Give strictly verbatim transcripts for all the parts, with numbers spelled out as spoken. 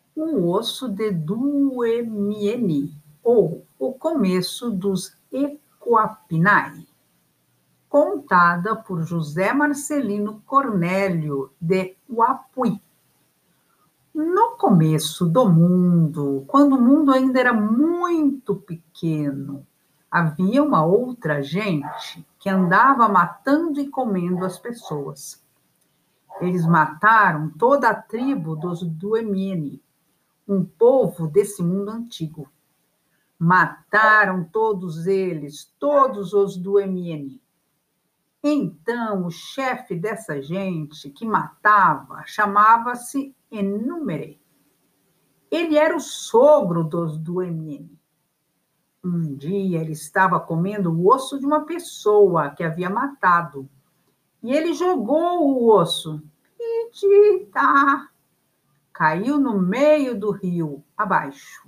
O osso de Duemiene, ou o começo dos Equapinae, contada por José Marcelino Cornélio de Uapuí. No começo do mundo, quando o mundo ainda era muito pequeno, havia uma outra gente que andava matando e comendo as pessoas. Eles mataram toda a tribo dos Duemiene, um povo desse mundo antigo. Mataram todos eles, todos os Duemiene. Então, o chefe dessa gente que matava chamava-se Enumere. Ele era o sogro dos Duemiene. Um dia ele estava comendo o osso de uma pessoa que havia matado. E ele jogou o osso. Pitita! Caiu no meio do rio, abaixo.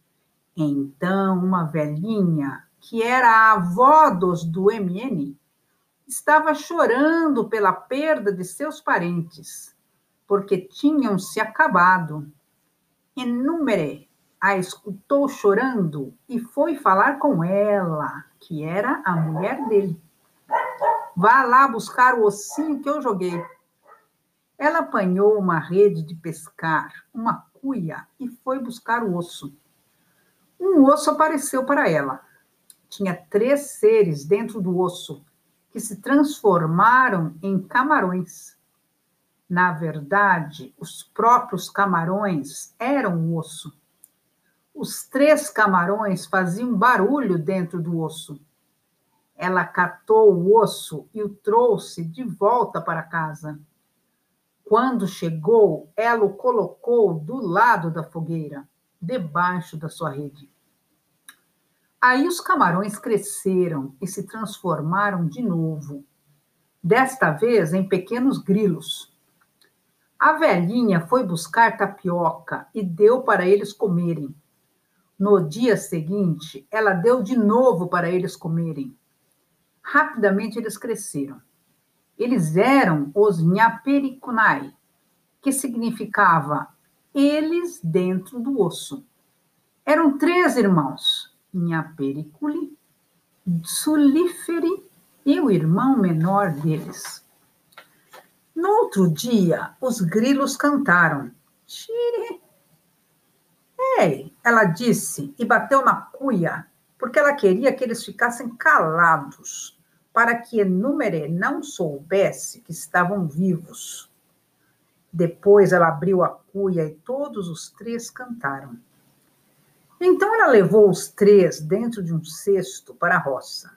Então, uma velhinha, que era a avó dos Duemiene, estava chorando pela perda de seus parentes, porque tinham se acabado. Enumere a escutou chorando e foi falar com ela, que era a mulher dele. Vá lá buscar o ossinho que eu joguei. Ela apanhou uma rede de pescar, uma cuia, e foi buscar o osso. Um osso apareceu para ela. Tinha três seres dentro do osso, que se transformaram em camarões. Na verdade, os próprios camarões eram o osso. Os três camarões faziam barulho dentro do osso. Ela catou o osso e o trouxe de volta para casa. Quando chegou, ela o colocou do lado da fogueira, debaixo da sua rede. Aí os camarões cresceram e se transformaram de novo, desta vez em pequenos grilos. A velhinha foi buscar tapioca e deu para eles comerem. No dia seguinte, ela deu de novo para eles comerem. Rapidamente eles cresceram. Eles eram os Nhapericunai, que significava eles dentro do osso. Eram três irmãos, Nhapericuli, Sulífere e o irmão menor deles. No outro dia, os grilos cantaram. Tire. Ei, ela disse e bateu na cuia, porque ela queria que eles ficassem calados, para que Enumere não soubesse que estavam vivos. Depois ela abriu a cuia e todos os três cantaram. Então ela levou os três dentro de um cesto para a roça.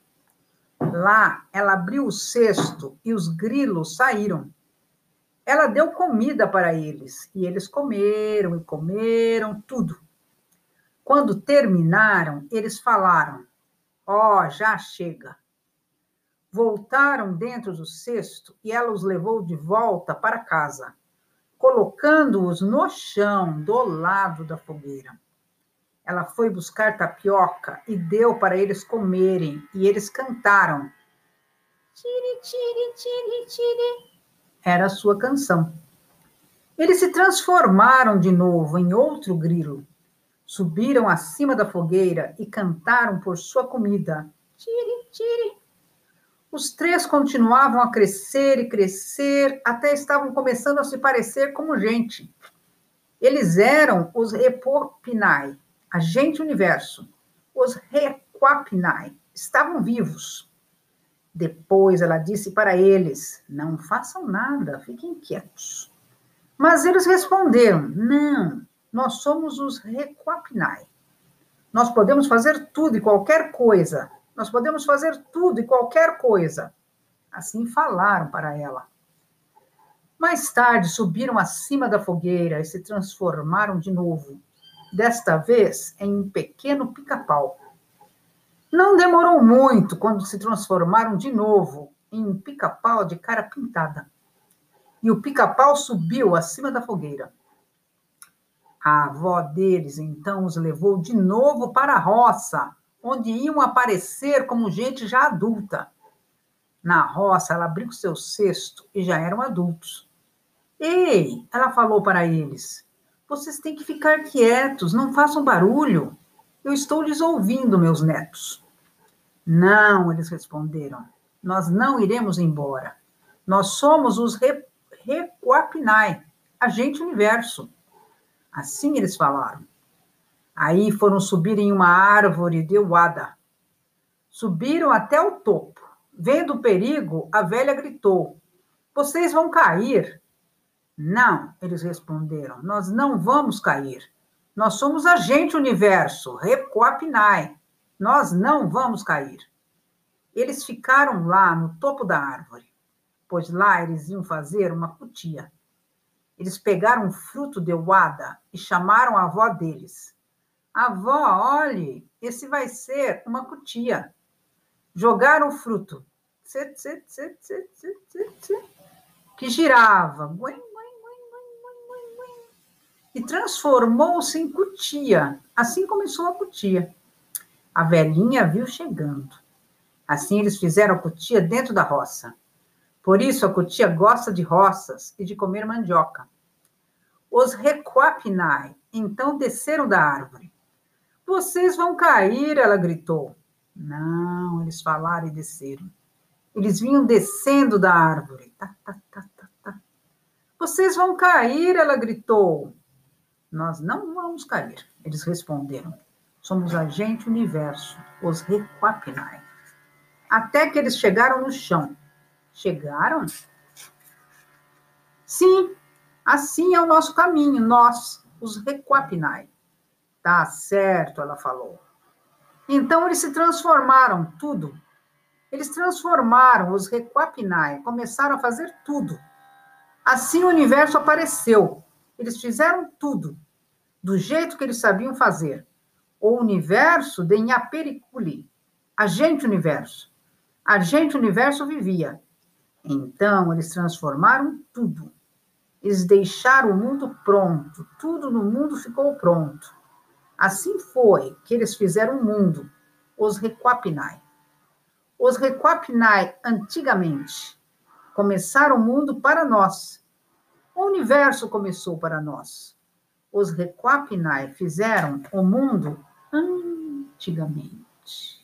Lá ela abriu o cesto e os grilos saíram. Ela deu comida para eles e eles comeram e comeram tudo. Quando terminaram, eles falaram: ó, oh, já chega. Voltaram dentro do cesto e ela os levou de volta para casa, colocando-os no chão do lado da fogueira. Ela foi buscar tapioca e deu para eles comerem, e eles cantaram. Tire, tire, tire, tire. Era a sua canção. Eles se transformaram de novo em outro grilo. Subiram acima da fogueira e cantaram por sua comida. Tire, tire. Os três continuavam a crescer e crescer, até estavam começando a se parecer como gente. Eles eram os Epopinai, agente universo. Os Requapinai estavam vivos. Depois ela disse para eles: não façam nada, fiquem quietos. Mas eles responderam: não, nós somos os Requapinai. Nós podemos fazer tudo e qualquer coisa. Nós podemos fazer tudo e qualquer coisa. Assim falaram para ela. Mais tarde subiram acima da fogueira e se transformaram de novo, desta vez em um pequeno pica-pau. Não demorou muito quando se transformaram de novo em um pica-pau de cara pintada. E o pica-pau subiu acima da fogueira. A avó deles, então, os levou de novo para a roça, onde iam aparecer como gente já adulta. Na roça, ela abriu seu cesto e já eram adultos. Ei, ela falou para eles, Vocês têm que ficar quietos, não façam barulho. Eu estou lhes ouvindo, meus netos. Não, eles responderam. Nós não iremos embora. Nós somos os Re- Requapinai, agente universo. Assim eles falaram. Aí foram subir em uma árvore de Wada. Subiram até o topo. Vendo o perigo, a velha gritou: Vocês vão cair. Não, eles responderam, nós não vamos cair. Nós somos agente universo, Requapinai. Nós não vamos cair. Eles ficaram lá no topo da árvore, pois lá eles iam fazer uma cutia. Eles pegaram um fruto de Wada e chamaram a avó deles. Avó, olhe, esse vai ser uma cutia. Jogaram o fruto, tse, tse, tse, tse, tse, tse, tse, que girava, guim, guim, guim, guim, guim, e transformou-se em cutia. Assim começou a cutia. A velhinha viu chegando. Assim eles fizeram a cutia dentro da roça. Por isso a cutia gosta de roças e de comer mandioca. Os Requapinai então desceram da árvore. Vocês vão cair, ela gritou. Não, eles falaram e desceram. Eles vinham descendo da árvore. Tá, tá, tá, tá, tá. Vocês vão cair, ela gritou. Nós não vamos cair, eles responderam. Somos agente universo, os Requapinai. Até que eles chegaram no chão. Chegaram? Sim, assim é o nosso caminho, nós, os Requapinai. Tá certo, ela falou. Então eles se transformaram, tudo. Eles transformaram os Requapinai, começaram a fazer tudo. Assim o universo apareceu. Eles fizeram tudo, do jeito que eles sabiam fazer. O universo de Inhapericuli, agente universo. Agente universo vivia. Então eles transformaram tudo. Eles deixaram o mundo pronto, tudo no mundo ficou pronto. Assim foi que eles fizeram o mundo, os Requapinai. Os Requapinai, antigamente, começaram o mundo para nós. O universo começou para nós. Os Requapinai fizeram o mundo antigamente.